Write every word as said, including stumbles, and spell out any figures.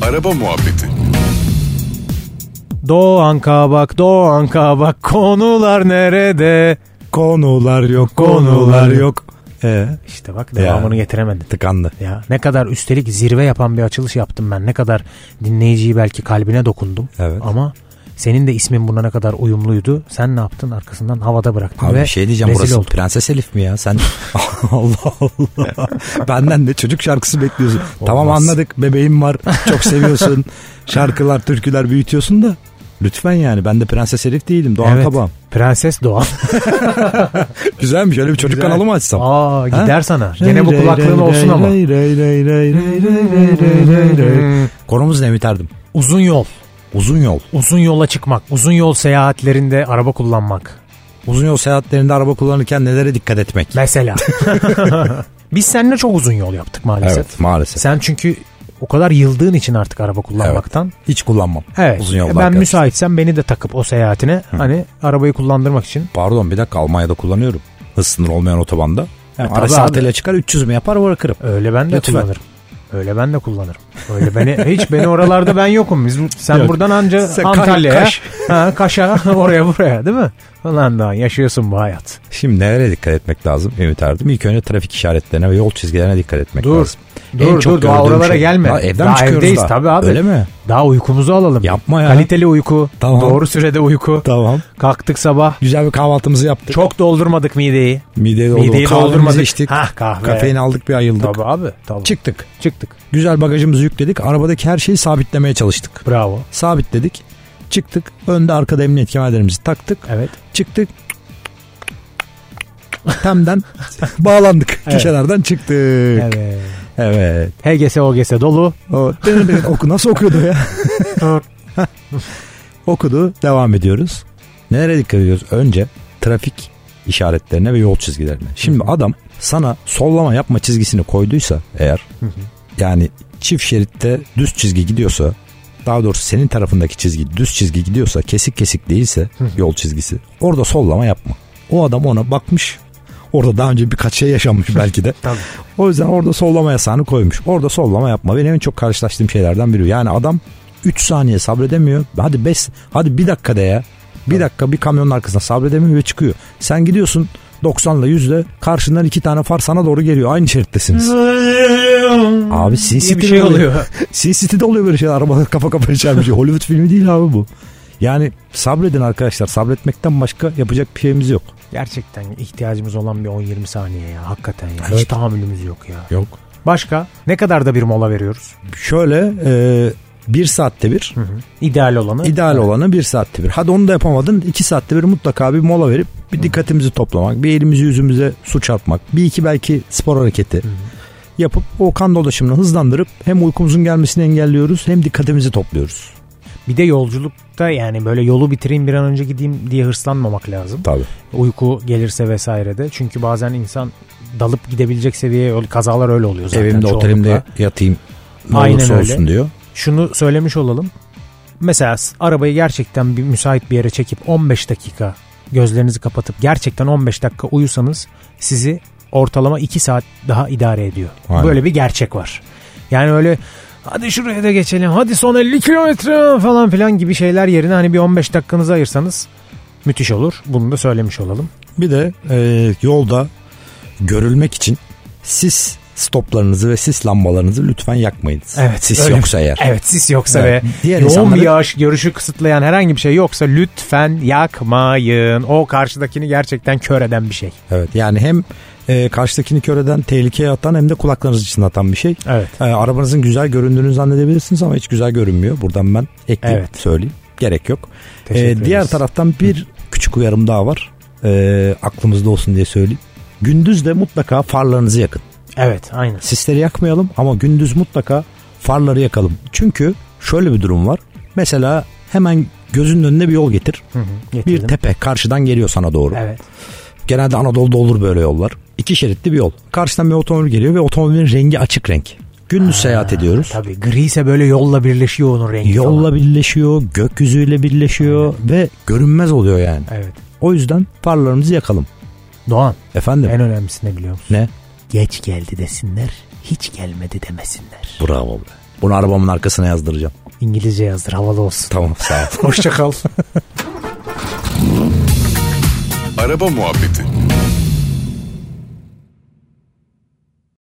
Araba Muhabbeti. Doğan Kabak, Doğan Kabak, konular nerede? Konular yok, konular yok. Ee, İşte bak devamını ya, getiremedim. Tıkandı. Ya ne kadar üstelik zirve yapan bir açılış yaptım ben. Ne kadar dinleyiciyi belki kalbine dokundum. Evet. Ama senin de ismin buna ne kadar uyumluydu. Sen ne yaptın? Arkasından havada bıraktın. Abi ve bir şey diyeceğim, burası oldun. Prenses Elif mi ya? Sen Allah Allah. Benden de çocuk şarkısı bekliyorsun. Olmaz. Tamam anladık, bebeğim var. Çok seviyorsun. Şarkılar, türküler büyütüyorsun da. Lütfen yani, ben de Prenses Elif değilim. Doğan evet, Kabağım. Prenses Doğan. Güzelmiş, öyle bir çocuk Güzel. Kanalı mı açsam? Aa gider ha? Sana. Gene bu kulaklığın olsun ama. Konumuz ne biterdim? Uzun yol. Uzun yol. Uzun yola çıkmak. Uzun yol seyahatlerinde araba kullanmak. Uzun yol seyahatlerinde araba kullanırken nelere dikkat etmek? Mesela. Biz seninle çok uzun yol yaptık maalesef. Evet, maalesef. Sen çünkü o kadar yıldığın için artık araba kullanmaktan. Evet, hiç kullanmam. Evet. Uzun yolda ben arkadaşlar. Müsaitsem beni de takıp o seyahatine Hı. hani arabayı kullandırmak için. Pardon bir dakika, Almanya'da kullanıyorum. Hız sınırı olmayan otobanda. Yani ara saatiyle çıkar üç yüz mü yapar bırakırım. Öyle ben de Lütfen. kullanırım. Öyle ben de kullanırım. Öyle beni hiç beni oralarda ben yokum. Biz sen Yok. buradan anca sen Antalya'ya, Kaş. ha, Kaş'a, oraya buraya değil mi? Falan daha yaşıyorsun bu hayat. Şimdi nereye dikkat etmek lazım Ümit Erdim? İlk önce trafik işaretlerine ve yol çizgilerine dikkat etmek dur, lazım. Dur dur daha oralara şey. gelme. Daha evden daha çıkıyoruz evdeyiz daha. Tabii abi. Öyle mi? Daha uykumuzu alalım. Yapma ya. Kaliteli uyku. Tamam. Doğru sürede uyku. Tamam. Kalktık sabah. Güzel bir kahvaltımızı yaptık. Çok doldurmadık mideyi. Mideyi doldurmadık. Mideyi doldurmadık. içtik. Hah kahve. Kafeini aldık, bir ayıldık. Tabii abi. Tabii. Çıktık. Çıktık. Güzel bagajımızı yükledik. Arabadaki her şeyi sabitlemeye çalıştık. Bravo. Sabitledik. Çıktık. Önde arkada emniyet kemerlerimizi taktık. Evet. Çıktık. Temden bağlandık. Evet. Köşelerden çıktık. Evet. Evet. H G S O G S dolu. O, oku nasıl okuyordu ya? Okudu. Devam ediyoruz. Nereye dikkat ediyoruz? Önce trafik işaretlerine ve yol çizgilerine. Şimdi Hı-hı. adam sana sollama yapma çizgisini koyduysa eğer Hı-hı. yani çift şeritte düz çizgi gidiyorsa, daha doğrusu senin tarafındaki çizgi düz çizgi gidiyorsa, kesik kesik değilse Hı-hı. yol çizgisi, orada sollama yapma. O adam ona bakmış. Orada daha önce birkaç şey yaşanmış belki de. Tabii. O yüzden orada sollama yasağını koymuş. Orada sollama yapma. Benim en çok karşılaştığım şeylerden biri. Yani adam üç saniye sabredemiyor. Hadi beş, hadi bir dakikada ya. Bir evet. dakika bir kamyonun arkasında sabredemiyor ve çıkıyor. Sen gidiyorsun doksanla yüzle, karşından iki tane far sana doğru geliyor. Aynı şerittesiniz. Abi Sin City'de şey oluyor. Sin City'de oluyor böyle şeyler. Arabalar kafa kafa içer bir şey. Hollywood filmi değil abi bu. Yani sabredin arkadaşlar. Sabretmekten başka yapacak bir şeyimiz yok. Gerçekten ihtiyacımız olan bir on yirmi saniye ya. Hakikaten ya. Evet. Hiç tahammülümüz yok ya. Yok. Başka? Ne kadar da bir mola veriyoruz? Şöyle e, bir saatte bir. Hı hı. İdeal olanı. İdeal evet. olanı bir saatte bir. Hadi onu da yapamadın. iki saatte bir mutlaka bir mola verip bir dikkatimizi toplamak. Bir elimizi yüzümüze su çarpmak. Bir iki belki spor hareketi hı hı. yapıp o kan dolaşımını hızlandırıp hem uykumuzun gelmesini engelliyoruz hem dikkatimizi topluyoruz. Bir de yolculukta yani böyle yolu bitireyim bir an önce gideyim diye hırslanmamak lazım. Tabii. Uyku gelirse vesaire de. Çünkü bazen insan dalıp gidebilecek seviyeye, kazalar öyle oluyor zaten. Evimde çoğunlukla. otelimde yatayım ne Aynen olursa öyle. olsun diyor. Şunu söylemiş olalım. Mesela arabayı gerçekten bir müsait bir yere çekip on beş dakika gözlerinizi kapatıp gerçekten on beş dakika uyusanız sizi ortalama iki saat daha idare ediyor. Aynen. Böyle bir gerçek var. Yani öyle hadi şuraya da geçelim, hadi son elli kilometre falan filan gibi şeyler yerine hani bir on beş dakikanızı ayırsanız müthiş olur. Bunu da söylemiş olalım. Bir de e, yolda görülmek için sis stoplarınızı ve sis lambalarınızı lütfen yakmayınız. Evet, sis öyle. yoksa eğer. Evet, sis yoksa evet. ve diğer yoğun insanları... bir yağış, görüşü kısıtlayan herhangi bir şey yoksa lütfen yakmayın. O karşıdakini gerçekten kör eden bir şey. Evet, yani hem e, karşıdakini kör eden, tehlikeye atan hem de kulaklarınız için atan bir şey. Evet. E, arabanızın güzel göründüğünü zannedebilirsiniz ama hiç güzel görünmüyor. Buradan ben ekleyip evet. söyleyeyim. Gerek yok. E, diğer taraftan bir Hı. küçük uyarım daha var. E, aklımızda olsun diye söyleyeyim. Gündüz de mutlaka farlarınızı yakın. Evet, aynen. Sisleri yakmayalım ama gündüz mutlaka farları yakalım. Çünkü şöyle bir durum var. Mesela hemen gözünün önüne bir yol getir. Hı hı, bir tepe karşıdan geliyor sana doğru. Evet. Genelde Anadolu'da olur böyle yollar. İki şeritli bir yol. Karşıdan bir otomobil geliyor ve otomobilin rengi açık renk. Gündüz ha, seyahat ediyoruz. Tabii gri ise böyle yolla birleşiyor onun rengi. Yolla falan. birleşiyor, gökyüzüyle birleşiyor aynen. Ve görünmez oluyor yani. Evet. O yüzden farlarımızı yakalım. Doğan. Efendim? En önemlisi ne biliyor musun? Ne? Geç geldi desinler, hiç gelmedi demesinler. Bravo be. Bunu arabamın arkasına yazdıracağım. İngilizce yazdır, havalı olsun. Tamam, sağ ol. Hoşça kal. Araba muhabbeti.